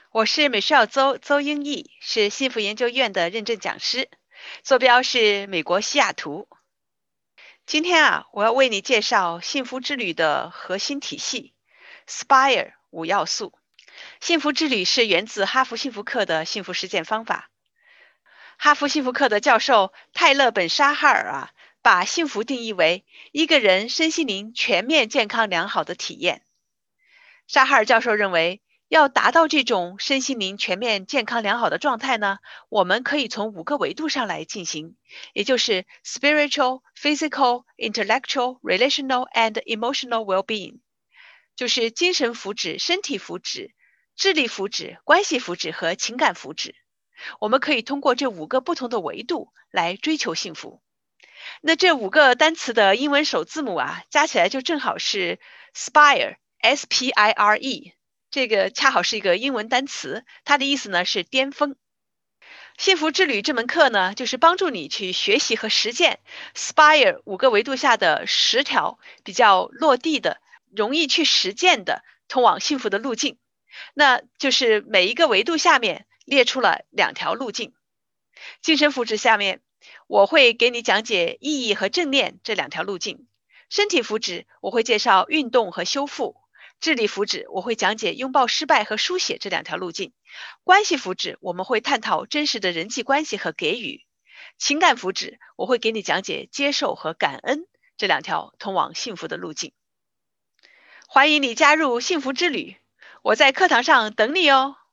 我是美少邹英义，是幸福研究院的认证讲师，坐标是美国西雅图。今天我要为你介绍幸福之旅的核心体系 ——SPIRE 五要素。幸福之旅是源自哈佛幸福课的幸福实践方法。哈佛幸福课的教授泰勒本沙哈尔把幸福定义为一个人身心灵全面健康良好的体验。沙哈尔教授认为，要达到这种身心灵全面健康良好的状态呢，我们可以从5个维度上来进行，也就是 spiritual, physical, intellectual, relational and emotional well-being， 就是精神福祉、身体福祉、智力福祉、关系福祉和情感福祉。我们可以通过这5个不同的维度来追求幸福。那这5个单词的英文首字母加起来就正好是 SPIRE，这个恰好是一个英文单词，它的意思呢是巅峰。幸福之旅这门课呢，就是帮助你去学习和实践 SPIRE 5个维度下的10条比较落地的、容易去实践的通往幸福的路径。那就是每一个维度下面列出了2条路径。精神福祉下面，我会给你讲解意义和正念这2条路径。身体福祉，我会介绍运动和修复。智力福祉，我会讲解拥抱失败和书写这2条路径。关系福祉，我们会探讨真实的人际关系和给予。情感福祉，我会给你讲解接受和感恩这2条通往幸福的路径。欢迎你加入幸福之旅，我在课堂上等你哦。